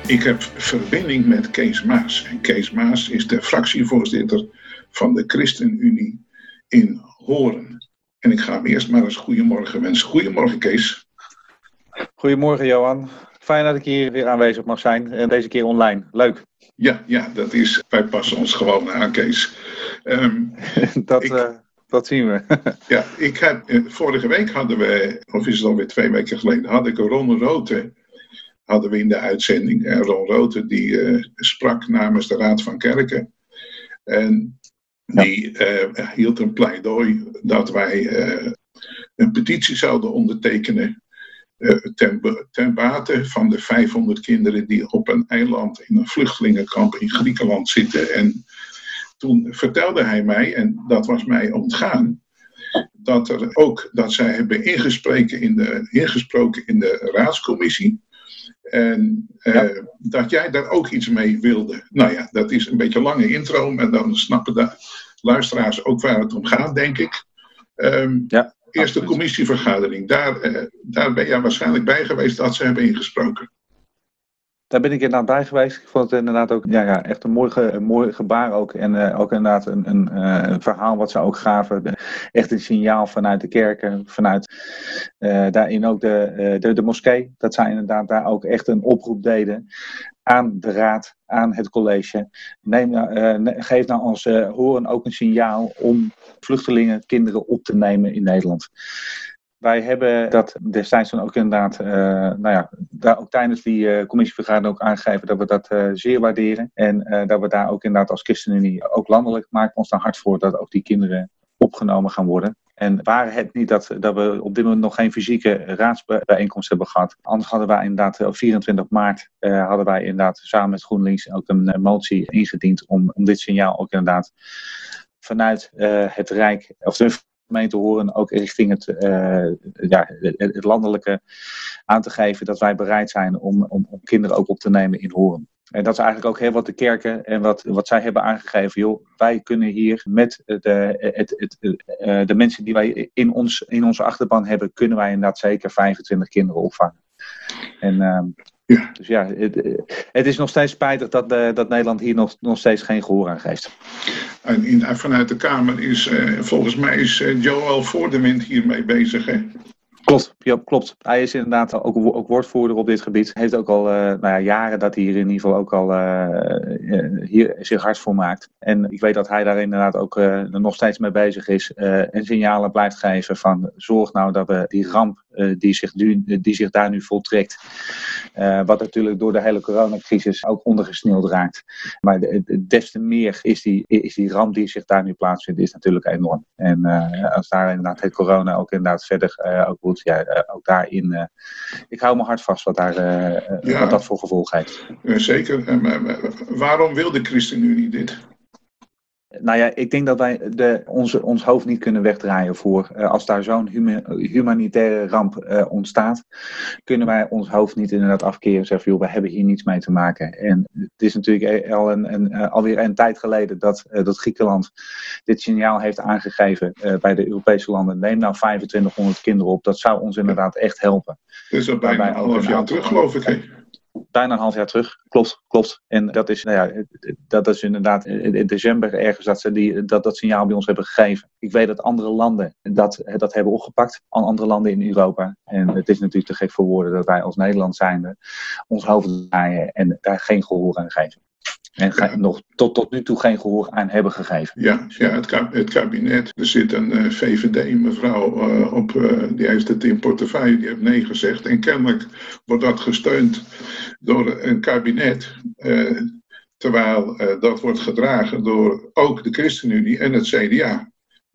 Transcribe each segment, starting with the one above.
Ik heb verbinding met Kees Maas. En Kees Maas is de fractievoorzitter van de ChristenUnie in Hoorn. En ik ga hem eerst maar eens goedemorgen wensen. Goedemorgen, Kees. Goedemorgen, Johan. Fijn dat ik hier weer aanwezig mag zijn. En deze keer online. Leuk. Ja, dat is. Wij passen ons gewoon aan, Kees. Dat zien we. Ja, vorige week hadden we, of is het alweer 2 weken geleden, had ik Ron Roote in de uitzending. En Ron Roote die sprak namens de Raad van Kerken. En die hield een pleidooi dat wij een petitie zouden ondertekenen ten bate van de 500 kinderen die op een eiland in een vluchtelingenkamp in Griekenland zitten. En toen vertelde hij mij, en dat was mij ontgaan, dat zij hebben ingesproken in de raadscommissie. En dat jij daar ook iets mee wilde. Nou ja, dat is een beetje een lange intro, maar dan snappen de luisteraars ook waar het om gaat, denk ik. Eerste commissievergadering, daar ben jij waarschijnlijk bij geweest dat ze hebben ingesproken. Daar ben ik inderdaad bij geweest. Ik vond het inderdaad ook echt een mooi gebaar ook. En ook inderdaad een verhaal wat ze ook gaven. Echt een signaal vanuit de kerken. Vanuit daarin ook de moskee. Dat zij inderdaad daar ook echt een oproep deden aan de raad, aan het college. Geef nou als Hoorn ook een signaal om vluchtelingen, kinderen op te nemen in Nederland. Wij hebben dat destijds dan ook inderdaad, daar ook tijdens die commissievergadering ook aangegeven dat we dat zeer waarderen. En dat we daar ook inderdaad als ChristenUnie, ook landelijk, maken we ons daar hard voor dat ook die kinderen opgenomen gaan worden. En waren het niet dat we op dit moment nog geen fysieke raadsbijeenkomst hebben gehad. Anders hadden wij inderdaad op 24 maart hadden wij inderdaad samen met GroenLinks ook een motie ingediend om dit signaal ook inderdaad vanuit het Rijk, of de gemeente Hoorn ook richting het landelijke aan te geven dat wij bereid zijn om kinderen ook op te nemen in Hoorn. En dat is eigenlijk ook heel wat de kerken en wat zij hebben aangegeven. Joh, wij kunnen hier met de mensen die wij in onze achterban hebben, kunnen wij inderdaad zeker 25 kinderen opvangen. En dus ja, het is nog steeds spijtig dat Nederland hier nog steeds geen gehoor aan geeft. En vanuit de Kamer is volgens mij Joël Voordewind hiermee bezig, hè? Klopt. Hij is inderdaad ook woordvoerder op dit gebied. Heeft ook al jaren dat hij hier in ieder geval ook al hier zich hard voor maakt. En ik weet dat hij daar inderdaad ook nog steeds mee bezig is. En signalen blijft geven van zorg nou dat we die ramp die zich daar nu voltrekt. Wat natuurlijk door de hele coronacrisis ook ondergesneeuwd raakt. Maar des te meer is die ramp die zich daar nu plaatsvindt, is natuurlijk enorm. En als daar inderdaad het corona ook inderdaad verder ook wordt, ook daarin. Ik hou me hard vast wat dat voor gevolg heeft. Zeker. Maar waarom wil de ChristenUnie dit? Nou ja, ik denk dat wij ons hoofd niet kunnen wegdraaien voor. Als daar zo'n humanitaire ramp ontstaat, kunnen wij ons hoofd niet inderdaad afkeren en zeggen, joh, we hebben hier niets mee te maken. En het is natuurlijk alweer een tijd geleden dat Griekenland dit signaal heeft aangegeven bij de Europese landen. Neem nou 2500 kinderen op, dat zou ons inderdaad echt helpen. Dat is al bijna een half jaar terug, geloof ik, hè? Bijna een half jaar terug, klopt. En dat is inderdaad in december ergens dat signaal bij ons hebben gegeven. Ik weet dat andere landen dat hebben opgepakt, andere landen in Europa. En het is natuurlijk te gek voor woorden dat wij als Nederland zijnde ons hoofd draaien en daar geen gehoor aan geven. En nog tot nu toe geen gehoor aan hebben gegeven. Ja, het kabinet. Er zit een VVD-mevrouw op, die heeft het in portefeuille, die heeft nee gezegd. En kennelijk wordt dat gesteund door een kabinet. Terwijl dat wordt gedragen door ook de ChristenUnie en het CDA.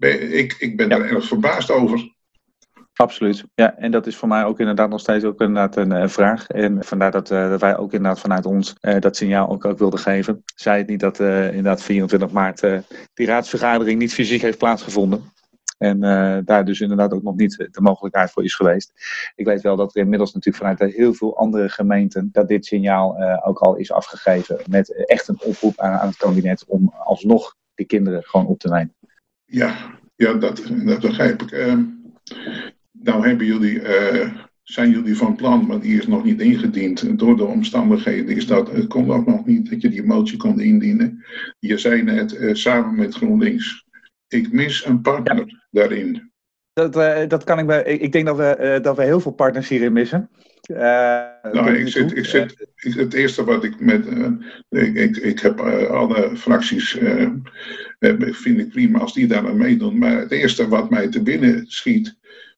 Ik ben daar erg verbaasd over. Absoluut. Ja, en dat is voor mij ook inderdaad nog steeds ook inderdaad een vraag. En vandaar dat wij ook inderdaad vanuit ons dat signaal ook wilden geven. Zij het niet dat inderdaad 24 maart die raadsvergadering niet fysiek heeft plaatsgevonden. En daar dus inderdaad ook nog niet de mogelijkheid voor is geweest. Ik weet wel dat er inmiddels natuurlijk vanuit heel veel andere gemeenten dat dit signaal ook al is afgegeven. Met echt een oproep aan het kabinet om alsnog die kinderen gewoon op te nemen. Ja, dat begrijp ik. Nou hebben jullie zijn jullie van plan, maar die is nog niet ingediend. Door de omstandigheden kon dat nog niet dat je die motie kon indienen. Je zei net, samen met GroenLinks, ik mis een partner daarin. Dat kan ik bij. Ik denk dat we heel veel partners hierin missen. Het eerste wat ik met. Ik heb alle fracties. Vind ik prima als die daar aan meedoen. Maar het eerste wat mij te binnen schiet.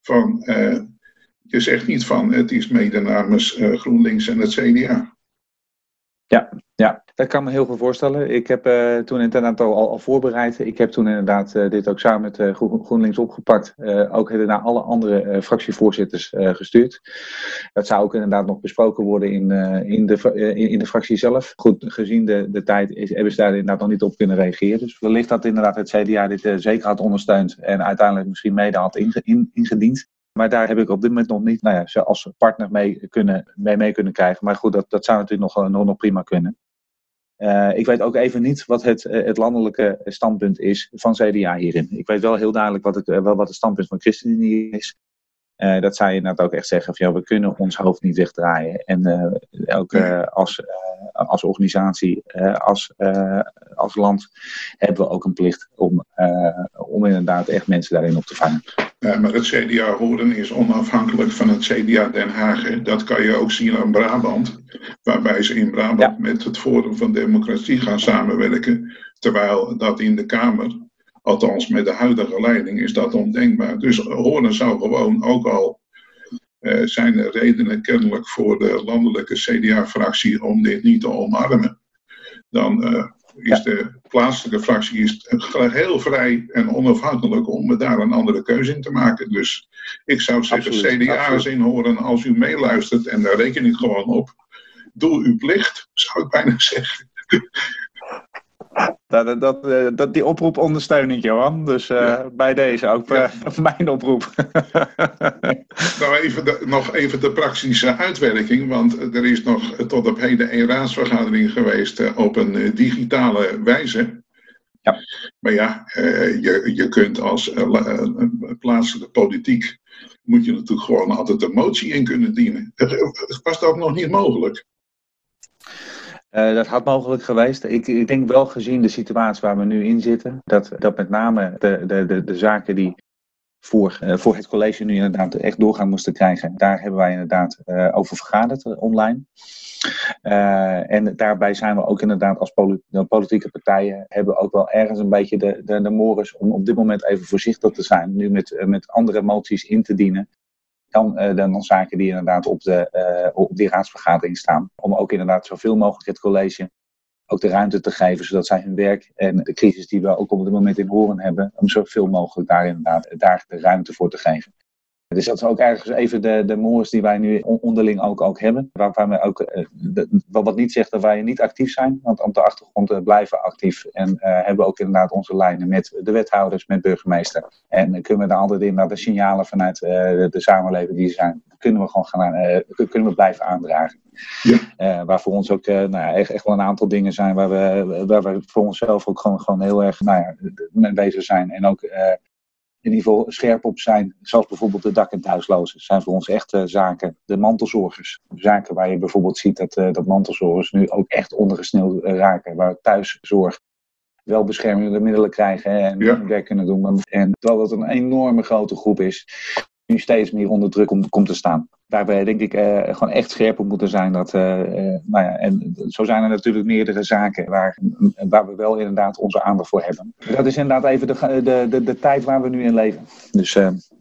Je zegt niet van het is mede namens GroenLinks en het CDA. Ja, dat kan me heel veel voorstellen. Ik heb toen inderdaad al voorbereid. Ik heb toen inderdaad dit ook samen met GroenLinks opgepakt. Ook naar alle andere fractievoorzitters gestuurd. Dat zou ook inderdaad nog besproken worden in de fractie zelf. Goed, gezien de tijd hebben ze daar inderdaad nog niet op kunnen reageren. Dus wellicht dat inderdaad het CDA dit zeker had ondersteund. En uiteindelijk misschien mede had ingediend. Maar daar heb ik op dit moment nog niet ze als partner mee kunnen krijgen. Maar goed, dat zou natuurlijk nog prima kunnen. Ik weet ook even niet wat het landelijke standpunt is van CDA hierin. Ik weet wel heel duidelijk wat het standpunt van ChristenUnie is. Dat zou je inderdaad ook echt zeggen van we kunnen ons hoofd niet wegdraaien. En ook als organisatie, als land hebben we ook een plicht om inderdaad echt mensen daarin op te vangen. Ja, maar het CDA Horen is onafhankelijk van het CDA Den Haag. Dat kan je ook zien aan Brabant. Waarbij ze in Brabant met het Forum van Democratie gaan samenwerken. Terwijl dat in de Kamer, althans met de huidige leiding, is dat ondenkbaar. Dus Horen zou gewoon ook al zijn er redenen kennelijk voor de landelijke CDA-fractie om dit niet te omarmen. Dan is de plaatselijke fractie heel vrij en onafhankelijk om daar een andere keuze in te maken. Dus ik zou zeggen, CDA's in Horen, als u meeluistert, en daar reken ik gewoon op, doe uw plicht, zou ik bijna zeggen. Die oproep ondersteun ik, Johan. Dus bij deze ook mijn oproep. Nou, nog even de praktische uitwerking. Want er is nog tot op heden een raadsvergadering geweest op een digitale wijze. Ja. Maar je kunt als plaatselijke politiek, moet je natuurlijk gewoon altijd een motie in kunnen dienen. Was dat nog niet mogelijk? Dat had mogelijk geweest. Ik denk wel gezien de situatie waar we nu in zitten, dat met name de zaken die voor het college nu inderdaad echt doorgang moesten krijgen, daar hebben wij inderdaad over vergaderd online. En daarbij zijn we ook inderdaad als politieke partijen, hebben ook wel ergens een beetje de mores om op dit moment even voorzichtig te zijn, nu met andere moties in te dienen. Dan zaken die inderdaad op die raadsvergadering staan. Om ook inderdaad zoveel mogelijk het college ook de ruimte te geven, zodat zij hun werk en de crisis die we ook op dit moment in Horen hebben, om zoveel mogelijk daar de ruimte voor te geven. Dus dat is ook ergens even de mores die wij nu onderling ook hebben. Waarvan we ook, wat niet zegt dat wij niet actief zijn, want op de achtergrond blijven actief. En hebben we ook inderdaad onze lijnen met de wethouders, met burgemeester. En kunnen we daar altijd inderdaad de signalen vanuit de samenleving die er zijn, kunnen we gewoon kunnen we blijven aandragen. Ja. Waar voor ons ook echt wel een aantal dingen zijn waar we voor onszelf ook gewoon heel erg mee bezig zijn. En ook in ieder geval scherp op zijn, zoals bijvoorbeeld de dak- en thuislozen. Zijn voor ons echt zaken, de mantelzorgers. Zaken waar je bijvoorbeeld ziet dat mantelzorgers nu ook echt ondergesneeuwd raken. Waar thuiszorg wel beschermende middelen krijgen en hun werk kunnen doen. En terwijl dat een enorme grote groep is, nu steeds meer onder druk komt te staan. Waar wij denk ik gewoon echt scherp op moeten zijn. En zo zijn er natuurlijk meerdere zaken waar we wel inderdaad onze aandacht voor hebben. Dat is inderdaad even de tijd waar we nu in leven. Dus,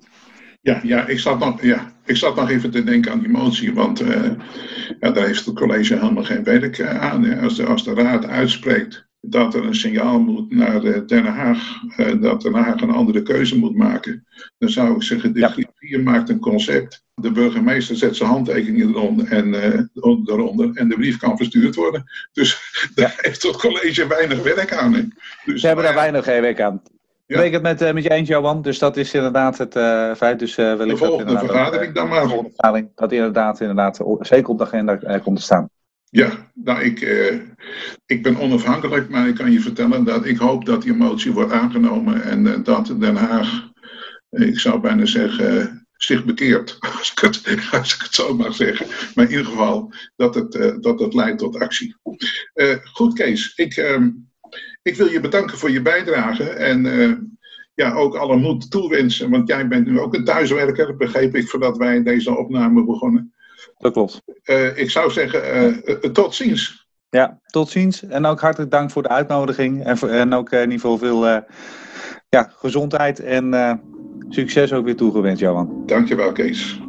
ik zat nog even te denken aan die motie, want daar heeft het college helemaal geen werk aan. Als de raad uitspreekt dat er een signaal moet naar Den Haag, dat Den Haag een andere keuze moet maken, dan zou ik zeggen, de griffier maakt een concept. De burgemeester zet zijn handtekening eronder en de brief kan verstuurd worden. Dus daar heeft het college weinig werk aan. Hè? Dus, ze hebben daar weinig werk aan. Ja. Ben ik het met je eens, Johan? Dus dat is inderdaad het feit. Dus de volgende vergadering dan maar. De volgende vergadering, dat inderdaad zeker op de agenda komt te staan. Ja, nou ik ben onafhankelijk, maar ik kan je vertellen dat ik hoop dat die motie wordt aangenomen en dat Den Haag, ik zou bijna zeggen, zich bekeert, als ik het zo mag zeggen. Maar in ieder geval dat het leidt tot actie. Goed, Kees. Ik wil je bedanken voor je bijdrage en ook alle moed toewensen, want jij bent nu ook een thuiswerker, begreep ik, voordat wij deze opname begonnen. Dat klopt. Ik zou zeggen, tot ziens. Ja, tot ziens. En ook hartelijk dank voor de uitnodiging. En ook in ieder geval veel gezondheid en succes ook weer toegewenst, Johan. Dankjewel, Kees.